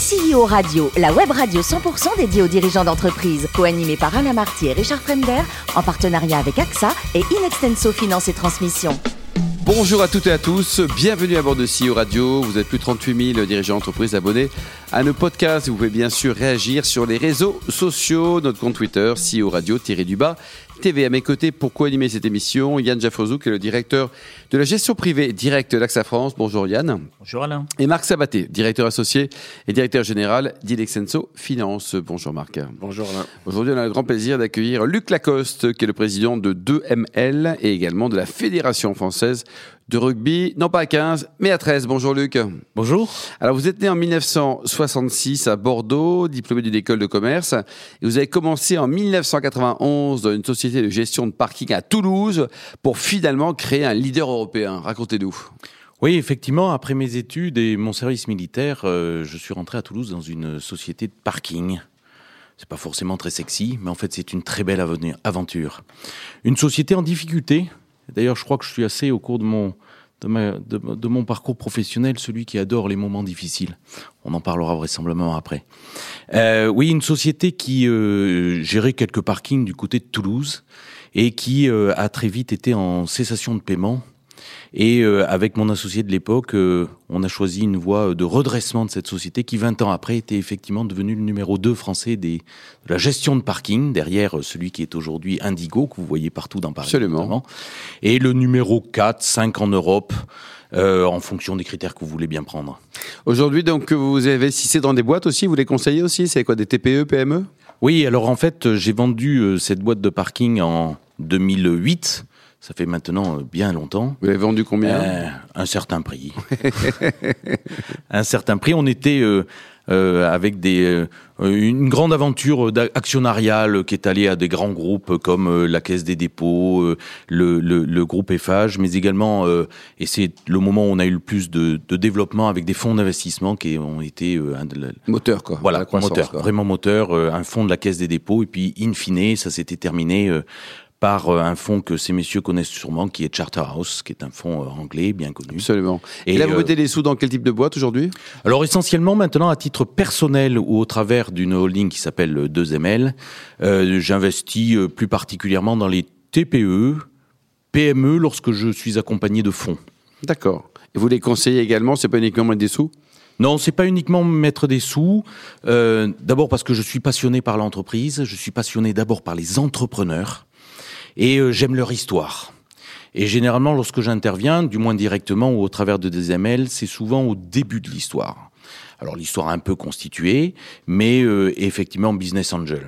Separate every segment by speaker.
Speaker 1: CEO Radio, la web radio 100% dédiée aux dirigeants d'entreprise, co-animée par Alain Marty et Richard Fremder, en partenariat avec AXA et Inextenso Finance et Transmission.
Speaker 2: Bonjour à toutes et à tous, bienvenue à bord de CEO Radio. Vous êtes plus de 38 000 dirigeants d'entreprise abonnés à nos podcasts. Vous pouvez bien sûr réagir sur les réseaux sociaux, notre compte Twitter, CEO Radio-du-bas TV. À mes côtés, pour co-animer cette émission, Yann Jaffrezou, qui est le directeur de la gestion privée directe d'AXA France. Bonjour Yann.
Speaker 3: Bonjour Alain.
Speaker 2: Et Marc Sabaté, directeur associé et directeur général d'Inextenso Finance. Bonjour Marc.
Speaker 4: Bonjour Alain.
Speaker 2: Aujourd'hui, on a le grand plaisir d'accueillir Luc Lacoste, qui est le président de 2ML et également de la Fédération française de rugby, non pas à 15, mais à 13. Bonjour Luc.
Speaker 3: Bonjour.
Speaker 2: Alors vous êtes né en 1966 à Bordeaux, diplômé d'une école de commerce, et vous avez commencé en 1991 dans une société de gestion de parking à Toulouse pour finalement créer un leader européen. Racontez-nous.
Speaker 3: Oui, effectivement, après mes études et mon service militaire, je suis rentré à Toulouse dans une société de parking. C'est pas forcément très sexy, mais en fait c'est une très belle aventure. Une société en difficulté. D'ailleurs, je crois que je suis assez, au cours de mon parcours professionnel, celui qui adore les moments difficiles. On en parlera vraisemblablement après. Oui, une société qui gérait quelques parkings du côté de Toulouse et qui a très vite été en cessation de paiement. Et avec mon associé de l'époque, on a choisi une voie de redressement de cette société qui, 20 ans après, était effectivement devenue le numéro 2 français de la gestion de parking, derrière celui qui est aujourd'hui Indigo, que vous voyez partout dans Paris.
Speaker 2: Absolument.
Speaker 3: Notamment. Et le numéro 4, 5 en Europe, en fonction des critères que vous voulez bien prendre.
Speaker 2: Aujourd'hui, donc, vous investissez dans des boîtes aussi, vous les conseillez aussi? C'est quoi, des TPE, PME?
Speaker 3: Oui, alors en fait, j'ai vendu cette boîte de parking en 2008. Ça fait maintenant bien longtemps.
Speaker 2: Vous l'avez vendu combien?
Speaker 3: Un certain prix. Un certain prix. On était avec une grande aventure actionnariale qui est allée à des grands groupes comme la Caisse des dépôts, le groupe Eiffage, mais également, et c'est le moment où on a eu le plus de développement avec des fonds d'investissement qui ont été...
Speaker 2: moteur, quoi.
Speaker 3: Voilà, moteur, quoi. Vraiment moteur, un fonds de la Caisse des dépôts, et puis in fine, ça s'était terminé... par un fonds que ces messieurs connaissent sûrement, qui est Charterhouse, qui est un fonds anglais bien connu.
Speaker 2: Absolument. Et là, vous mettez les sous dans quel type de boîte aujourd'hui?
Speaker 3: Alors essentiellement maintenant à titre personnel ou au travers d'une holding qui s'appelle 2ML, j'investis plus particulièrement dans les TPE, PME lorsque je suis accompagné de fonds.
Speaker 2: D'accord. Et vous les conseillez également, c'est pas uniquement mettre des sous?
Speaker 3: Non, c'est pas uniquement mettre des sous. D'abord parce que je suis passionné par l'entreprise, je suis passionné d'abord par les entrepreneurs. Et j'aime leur histoire. Et généralement, lorsque j'interviens, du moins directement ou au travers de 2ML, c'est souvent au début de l'histoire. Alors l'histoire un peu constituée, mais effectivement business angel.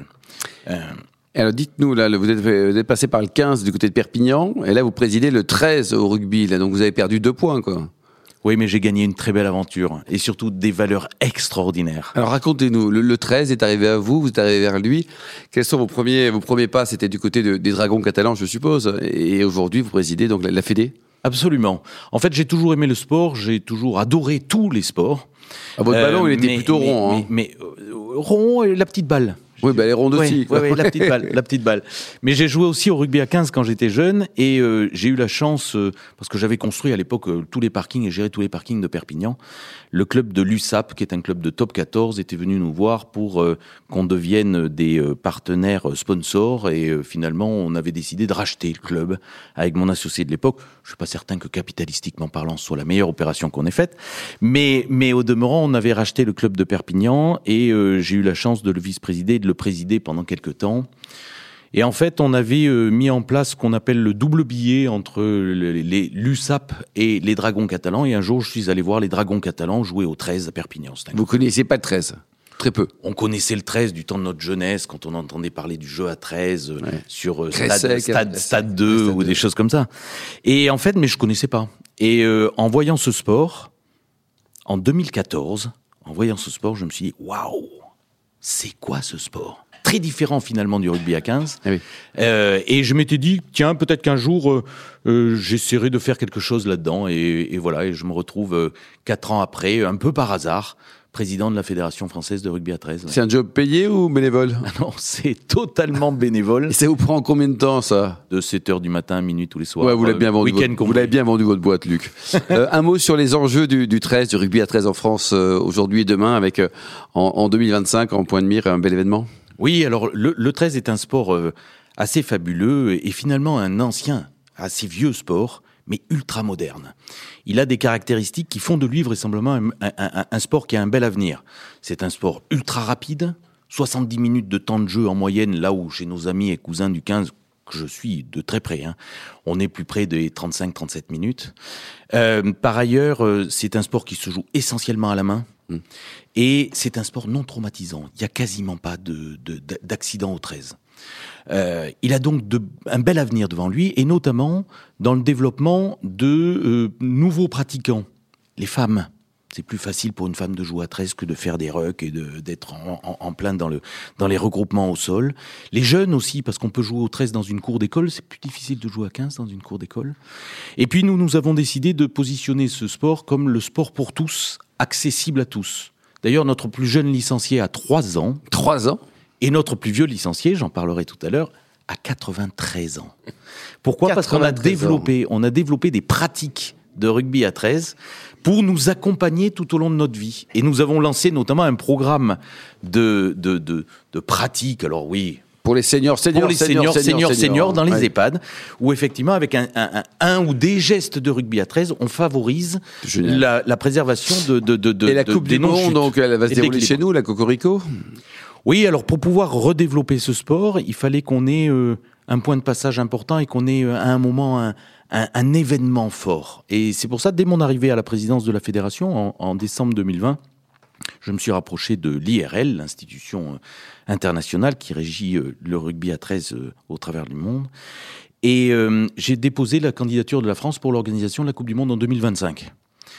Speaker 2: Alors dites-nous, là, vous êtes passé par le 15 du côté de Perpignan, et là vous présidez le 13 au rugby, là, donc vous avez perdu 2 points, quoi.
Speaker 3: Oui, mais j'ai gagné une très belle aventure, et surtout des valeurs extraordinaires.
Speaker 2: Alors racontez-nous, le 13 est arrivé à vous, vous êtes arrivé vers lui. Quels sont vos premiers pas? C'était du côté des Dragons catalans, je suppose, et aujourd'hui vous présidez donc la Fédé?
Speaker 3: Absolument. En fait, j'ai toujours aimé le sport, j'ai toujours adoré tous les sports.
Speaker 2: Votre ballon, il était plutôt rond.
Speaker 3: Mais rond et la petite balle.
Speaker 2: Oui, les rondes aussi.
Speaker 3: Oui, la petite balle. Mais j'ai joué aussi au rugby à 15 quand j'étais jeune et j'ai eu la chance, parce que j'avais construit à l'époque tous les parkings et géré tous les parkings de Perpignan. Le club de l'USAP, qui est un club de top 14, était venu nous voir pour qu'on devienne des partenaires sponsors et finalement on avait décidé de racheter le club avec mon associé de l'époque. Je suis pas certain que capitalistiquement parlant ce soit la meilleure opération qu'on ait faite, mais au demeurant on avait racheté le club de Perpignan et j'ai eu la chance de le vice-présider, de le présider pendant quelques temps. Et en fait, on avait mis en place ce qu'on appelle le double billet entre l'USAP et les Dragons catalans. Et un jour, je suis allé voir les Dragons catalans jouer au 13 à Perpignan.
Speaker 2: Vous connaissiez pas le 13? Très peu.
Speaker 3: On connaissait le 13 du temps de notre jeunesse, quand on entendait parler du jeu à 13 sur Stade 2 ou des choses comme ça. Et en fait, mais je connaissais pas. Et en voyant ce sport, en 2014, je me suis dit, waouh, c'est quoi ce sport? Très différent finalement du rugby à 15.
Speaker 2: Ah oui.
Speaker 3: Et je m'étais dit, tiens, peut-être qu'un jour, j'essaierai de faire quelque chose là-dedans. Et voilà, et je me retrouve 4 ans après, un peu par hasard, président de la Fédération française de rugby à 13. Ouais.
Speaker 2: C'est un job payé ou bénévole?
Speaker 3: Non, c'est totalement bénévole.
Speaker 2: Et ça vous prend combien de temps, ça?
Speaker 3: De 7h du matin à minuit tous les soirs.
Speaker 2: Ouais, vous l'avez bien vendu. Vous l'avez bien vendu votre boîte, Luc. Un mot sur les enjeux du 13, du rugby à 13 en France aujourd'hui et demain, avec en 2025 en point de mire un bel événement.
Speaker 3: Oui, alors le 13 est un sport assez fabuleux et finalement un ancien, assez vieux sport, mais ultra moderne. Il a des caractéristiques qui font de lui vraisemblablement un sport qui a un bel avenir. C'est un sport ultra rapide, 70 minutes de temps de jeu en moyenne, là où chez nos amis et cousins du 15, que je suis de très près, on est plus près des 35-37 minutes. Par ailleurs, c'est un sport qui se joue essentiellement à la main. Et c'est un sport non traumatisant. Il n'y a quasiment pas d'accident au 13. Il a donc un bel avenir devant lui, et notamment dans le développement de nouveaux pratiquants. Les femmes. C'est plus facile pour une femme de jouer à 13 que de faire des rucks et d'être en plein dans les regroupements au sol. Les jeunes aussi, parce qu'on peut jouer au 13 dans une cour d'école, c'est plus difficile de jouer à 15 dans une cour d'école. Et puis nous avons décidé de positionner ce sport comme le sport pour tous, accessible à tous. D'ailleurs, notre plus jeune licencié a 3 ans.
Speaker 2: 3 ans?
Speaker 3: Et notre plus vieux licencié, j'en parlerai tout à l'heure, a 93 ans. Pourquoi ? Parce qu'on a développé des pratiques de rugby à 13 pour nous accompagner tout au long de notre vie. Et nous avons lancé notamment un programme de pratiques. Alors oui,
Speaker 2: pour les seniors
Speaker 3: dans les EHPAD, où effectivement, avec un ou des gestes de rugby à 13, on favorise la préservation
Speaker 2: Et la Coupe du Monde, donc elle va se dérouler chez nous, la Cocorico ?
Speaker 3: Oui, alors pour pouvoir redévelopper ce sport, il fallait qu'on ait un point de passage important et qu'on ait à un moment un événement fort. Et c'est pour ça, dès mon arrivée à la présidence de la fédération, en décembre 2020, je me suis rapproché de l'IRL, l'institution internationale qui régit le rugby à 13 au travers du monde. Et j'ai déposé la candidature de la France pour l'organisation de la Coupe du Monde en 2025.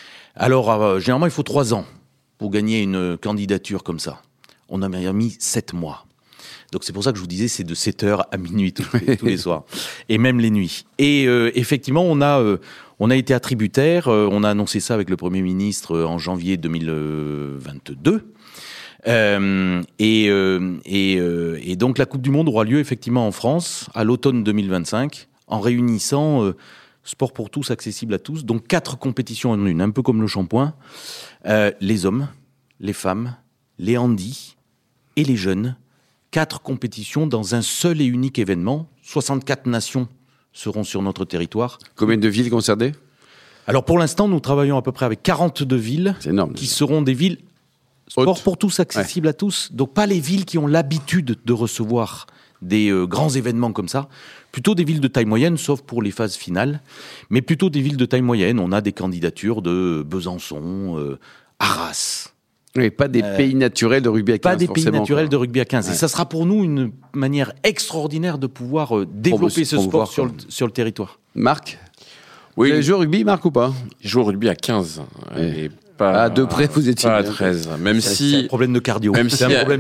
Speaker 3: Alors, généralement, il faut 3 ans pour gagner une candidature comme ça. On a mis 7 mois. Donc c'est pour ça que je vous disais, c'est de 7h à minuit tous les soirs. Et même les nuits. Et effectivement, on a été attributaire. On a annoncé ça avec le Premier ministre en janvier 2022. Et donc la Coupe du Monde aura lieu effectivement en France à l'automne 2025, en réunissant sport pour tous, accessible à tous. Donc 4 compétitions en une, un peu comme le shampoing. Les hommes, les femmes, les handis et les jeunes. 4 compétitions dans un seul et unique événement. 64 nations seront sur notre territoire.
Speaker 2: Combien de villes concernées ?
Speaker 3: Alors pour l'instant, nous travaillons à peu près avec 42 villes.
Speaker 2: C'est énorme,
Speaker 3: qui seront des villes sport pour tous, accessibles à tous. Donc pas les villes qui ont l'habitude de recevoir des grands événements comme ça. Plutôt des villes de taille moyenne, sauf pour les phases finales. Mais plutôt des villes de taille moyenne. On a des candidatures de Besançon, Arras.
Speaker 2: Oui, pas des pays naturels de rugby à 15.
Speaker 3: Pas des pays naturels de rugby à 15. Ouais. Et ça sera pour nous une manière extraordinaire de pouvoir développer ce sport sur le territoire.
Speaker 2: Marc ?
Speaker 4: Oui.
Speaker 2: Vous avez joué au rugby, Marc, ou pas ?
Speaker 4: J'ai joué au rugby à 15.
Speaker 2: Oui.
Speaker 4: Et pas,
Speaker 2: à 2 près, vous étiez
Speaker 4: pas à 13. Même si,
Speaker 3: c'est un problème de cardio.
Speaker 4: Même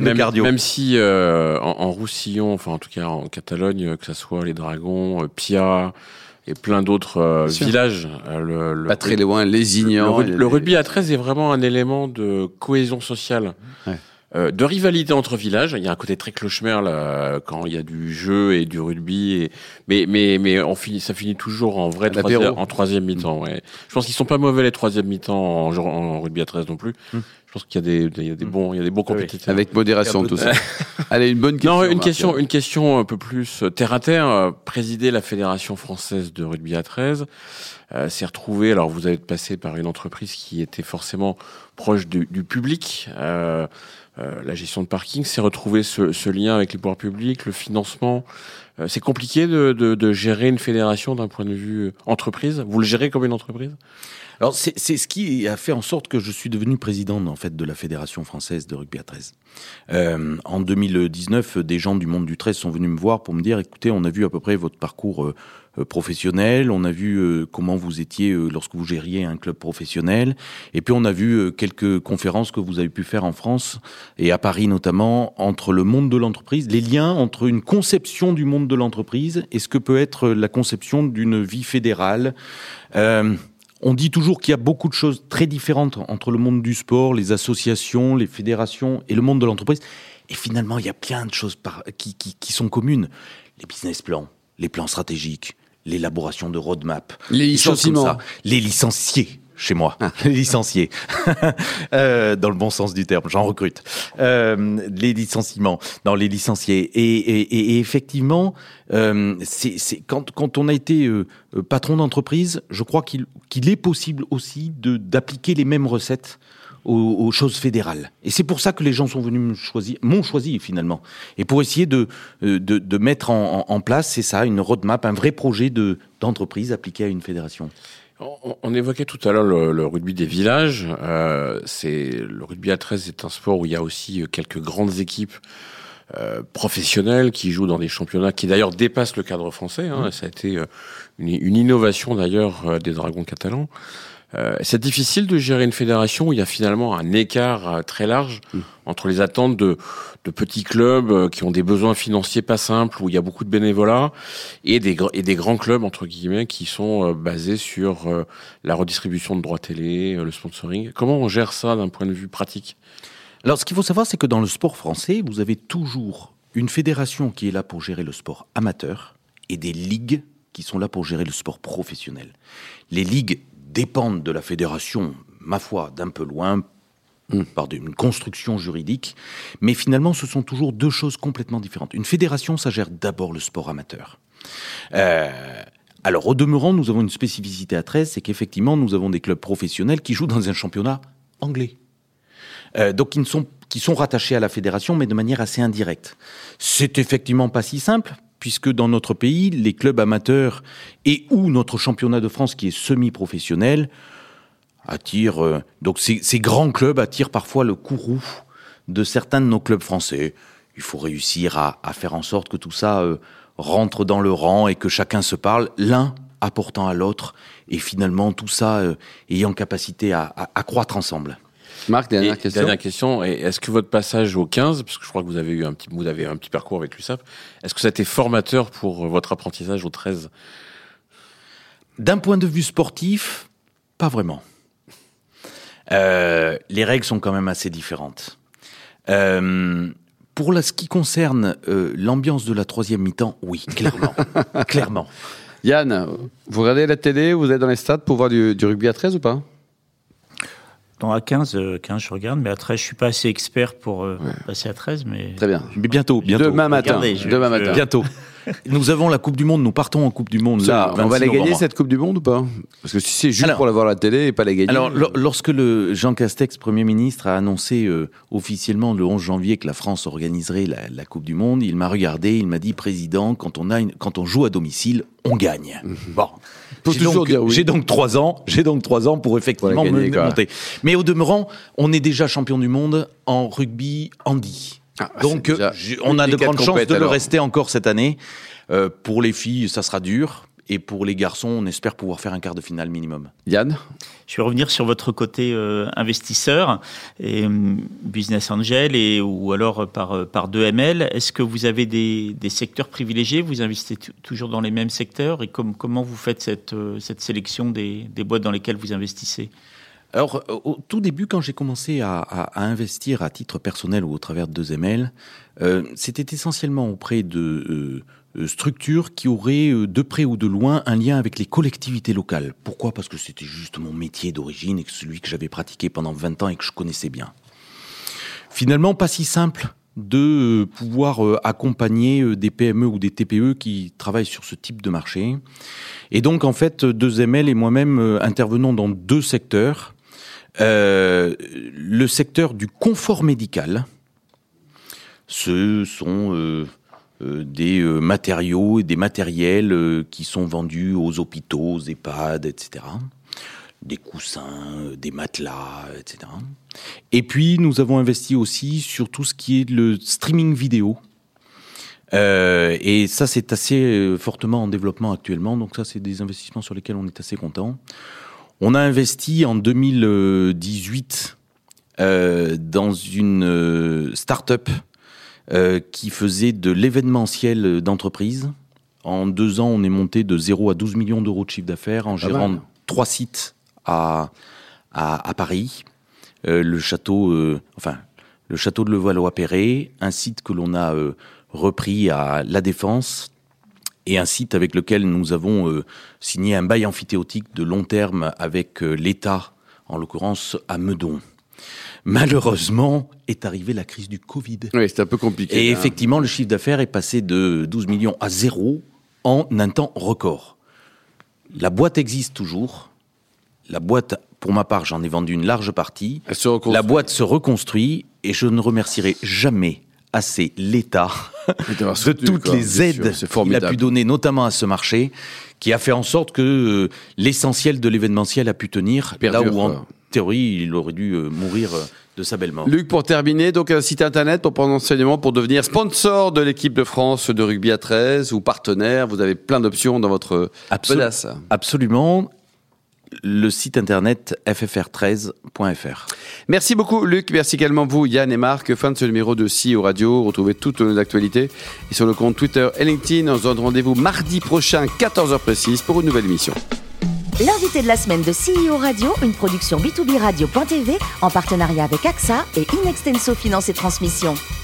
Speaker 4: si en Roussillon, enfin en tout cas en Catalogne, que ce soit les Dragons, Pia et plein d'autres villages.
Speaker 2: Pas très loin, Lézignan.
Speaker 4: Le rugby à 13 est vraiment un élément de cohésion sociale. Ouais. De rivalité entre villages. Il y a un côté très clochemerle quand il y a du jeu et du rugby. Mais ça finit toujours en vrai en troisième mi-temps. Ouais. Je pense qu'ils sont pas mauvais les troisième mi-temps en rugby à 13 non plus. Je pense qu'il y a des bons compétiteurs.
Speaker 2: Avec modération tout ça. Allez, une bonne question.
Speaker 4: Non, une question un peu plus terre à terre. Présider la Fédération française de rugby à 13, s'est retrouvé. Alors vous avez passé par une entreprise qui était forcément proche du public. La gestion de parking, c'est retrouver ce lien avec les pouvoirs publics, le financement. C'est compliqué de gérer une fédération d'un point de vue entreprise. Vous le gérez comme une entreprise ?
Speaker 3: Alors c'est ce qui a fait en sorte que je suis devenu président en fait de la Fédération française de rugby à 13. En 2019, des gens du monde du 13 sont venus me voir pour me dire écoutez, on a vu à peu près votre parcours professionnel, on a vu comment vous étiez lorsque vous gériez un club professionnel, et puis on a vu quelques conférences que vous avez pu faire en France et à Paris notamment entre le monde de l'entreprise, les liens entre une conception du monde de l'entreprise et ce que peut être la conception d'une vie fédérale. On dit toujours qu'il y a beaucoup de choses très différentes entre le monde du sport, les associations, les fédérations et le monde de l'entreprise. Et finalement, il y a plein de choses qui sont communes. Les business plans, les plans stratégiques, l'élaboration de roadmap.
Speaker 2: Les licenciements.
Speaker 3: Les licenciés. Chez moi, les licenciés, dans le bon sens du terme, j'en recrute. Les licenciements, non, les licenciés. Et effectivement, c'est quand on a été patron d'entreprise, je crois qu'il est possible aussi d'appliquer les mêmes recettes aux choses fédérales. Et c'est pour ça que les gens sont venus m'ont choisi finalement. Et pour essayer de mettre en place, c'est ça, une roadmap, un vrai projet d'entreprise appliqué à une fédération.
Speaker 4: On évoquait tout à l'heure le rugby des villages. Le rugby à 13 est un sport où il y a aussi quelques grandes équipes professionnelles qui jouent dans des championnats qui d'ailleurs dépassent le cadre français. Ça a été une innovation d'ailleurs des Dragons catalans. C'est difficile de gérer une fédération où il y a finalement un écart très large entre les attentes de petits clubs qui ont des besoins financiers pas simples, où il y a beaucoup de bénévolat, et des grands clubs, entre guillemets, qui sont basés sur la redistribution de droits télé, le sponsoring. Comment on gère ça d'un point de vue pratique ?
Speaker 3: Alors, ce qu'il faut savoir, c'est que dans le sport français, vous avez toujours une fédération qui est là pour gérer le sport amateur et des ligues qui sont là pour gérer le sport professionnel. Les ligues dépendent de la fédération, ma foi, d'un peu loin, par une construction juridique, mais finalement, ce sont toujours deux choses complètement différentes. Une fédération, ça gère d'abord le sport amateur. Alors, au demeurant, nous avons une spécificité à 13, c'est qu'effectivement, nous avons des clubs professionnels qui jouent dans un championnat anglais. Donc, qui sont rattachés à la fédération, mais de manière assez indirecte. C'est effectivement pas si simple, puisque dans notre pays, les clubs amateurs et ou notre championnat de France qui est semi-professionnel attirent... donc ces grands clubs attirent parfois le courroux de certains de nos clubs français. Il faut réussir à faire en sorte que tout ça rentre dans le rang et que chacun se parle, l'un apportant à l'autre, et finalement tout ça ayant capacité à croître ensemble.
Speaker 2: Marc, dernière
Speaker 4: question. Est-ce que votre passage au 15, parce que je crois que vous avez un petit parcours avec l'USAP, est-ce que ça a été formateur pour votre apprentissage au 13 ?
Speaker 3: D'un point de vue sportif, pas vraiment. Les règles sont quand même assez différentes. Pour ce qui concerne l'ambiance de la troisième mi-temps, oui, clairement. Clairement.
Speaker 2: Yann, vous regardez la télé, vous êtes dans les stades pour voir du rugby à 13 ou pas ?
Speaker 5: Dans à 15, je regarde, mais à 13, je suis pas assez expert pour passer à 13, mais...
Speaker 2: Très bien.
Speaker 3: Mais bientôt.
Speaker 2: Demain matin.
Speaker 3: Bientôt. Nous avons la Coupe du Monde, nous partons en Coupe du Monde. Là,
Speaker 2: on va la gagner cette Coupe du Monde ou pas ? Parce que si c'est juste pour la voir à la télé et pas la gagner...
Speaker 3: Alors, lorsque Jean Castex, Premier ministre, a annoncé officiellement le 11 janvier que la France organiserait la Coupe du Monde, il m'a regardé, il m'a dit « Président, quand on joue à domicile, on gagne. » Bon. J'ai donc 3 ans pour effectivement me monter. Mais au demeurant, on est déjà champion du monde en rugby handi. Donc, on a de grandes chances de le rester encore cette année. Pour les filles, ça sera dur. Et pour les garçons, on espère pouvoir faire un quart de finale minimum.
Speaker 2: Yann ?
Speaker 5: Je vais revenir sur votre côté investisseur et business angel ou alors par 2ML. Est-ce que vous avez des secteurs privilégiés ? Vous investissez toujours dans les mêmes secteurs ? Et comment vous faites cette sélection des boîtes dans lesquelles vous investissez ?
Speaker 3: Alors, au tout début, quand j'ai commencé à investir à titre personnel ou au travers de 2ML, c'était essentiellement auprès de structures qui auraient de près ou de loin un lien avec les collectivités locales. Pourquoi ? Parce que c'était juste mon métier d'origine et que celui que j'avais pratiqué pendant 20 ans et que je connaissais bien. Finalement, pas si simple de pouvoir accompagner des PME ou des TPE qui travaillent sur ce type de marché. Et donc, en fait, 2ML et moi-même intervenons dans 2 secteurs. Le secteur du confort médical, ce sont des matériaux et des matériels qui sont vendus aux hôpitaux, aux EHPAD, etc. Des coussins, des matelas, etc. Et puis, nous avons investi aussi sur tout ce qui est le streaming vidéo. Et ça, c'est assez fortement en développement actuellement. Donc ça, c'est des investissements sur lesquels on est assez content. On a investi en 2018 dans une start-up qui faisait de l'événementiel d'entreprise. En 2 ans, on est monté de 0 à 12 millions d'euros de chiffre d'affaires en gérant 3 sites à Paris, le château de Levallois-Perret, un site que l'on a repris à La Défense, et un site avec lequel nous avons signé un bail amphithéotique de long terme avec l'État, en l'occurrence à Meudon. Malheureusement, est arrivée la crise du Covid.
Speaker 2: Oui, c'est un peu compliqué.
Speaker 3: Et effectivement, le chiffre d'affaires est passé de 12 millions à 0 en un temps record. La boîte existe toujours. La boîte, pour ma part, j'en ai vendu une large partie. La boîte se reconstruit et je ne remercierai jamais assez l'État de toutes les aides qu'il a pu donner, notamment à ce marché, qui a fait en sorte que l'essentiel de l'événementiel a pu tenir, là où en théorie il aurait dû mourir de sa belle mort.
Speaker 2: Luc, pour terminer, donc un site internet pour prendre enseignement, pour devenir sponsor de l'équipe de France de rugby à 13 ou partenaire, vous avez plein d'options dans votre bedace.
Speaker 3: Absolument. Le site internet ffr13.fr.
Speaker 2: Merci beaucoup Luc, merci également vous Yann et Marc. Fin de ce numéro de CEO Radio. Retrouvez toutes nos actualités et sur le compte Twitter et LinkedIn. On se donne rendez-vous mardi prochain, 14h précise, pour une nouvelle émission.
Speaker 1: L'invité de la semaine de CEO Radio, une production B2B Radio.tv en partenariat avec AXA et Inextenso Finance et Transmission.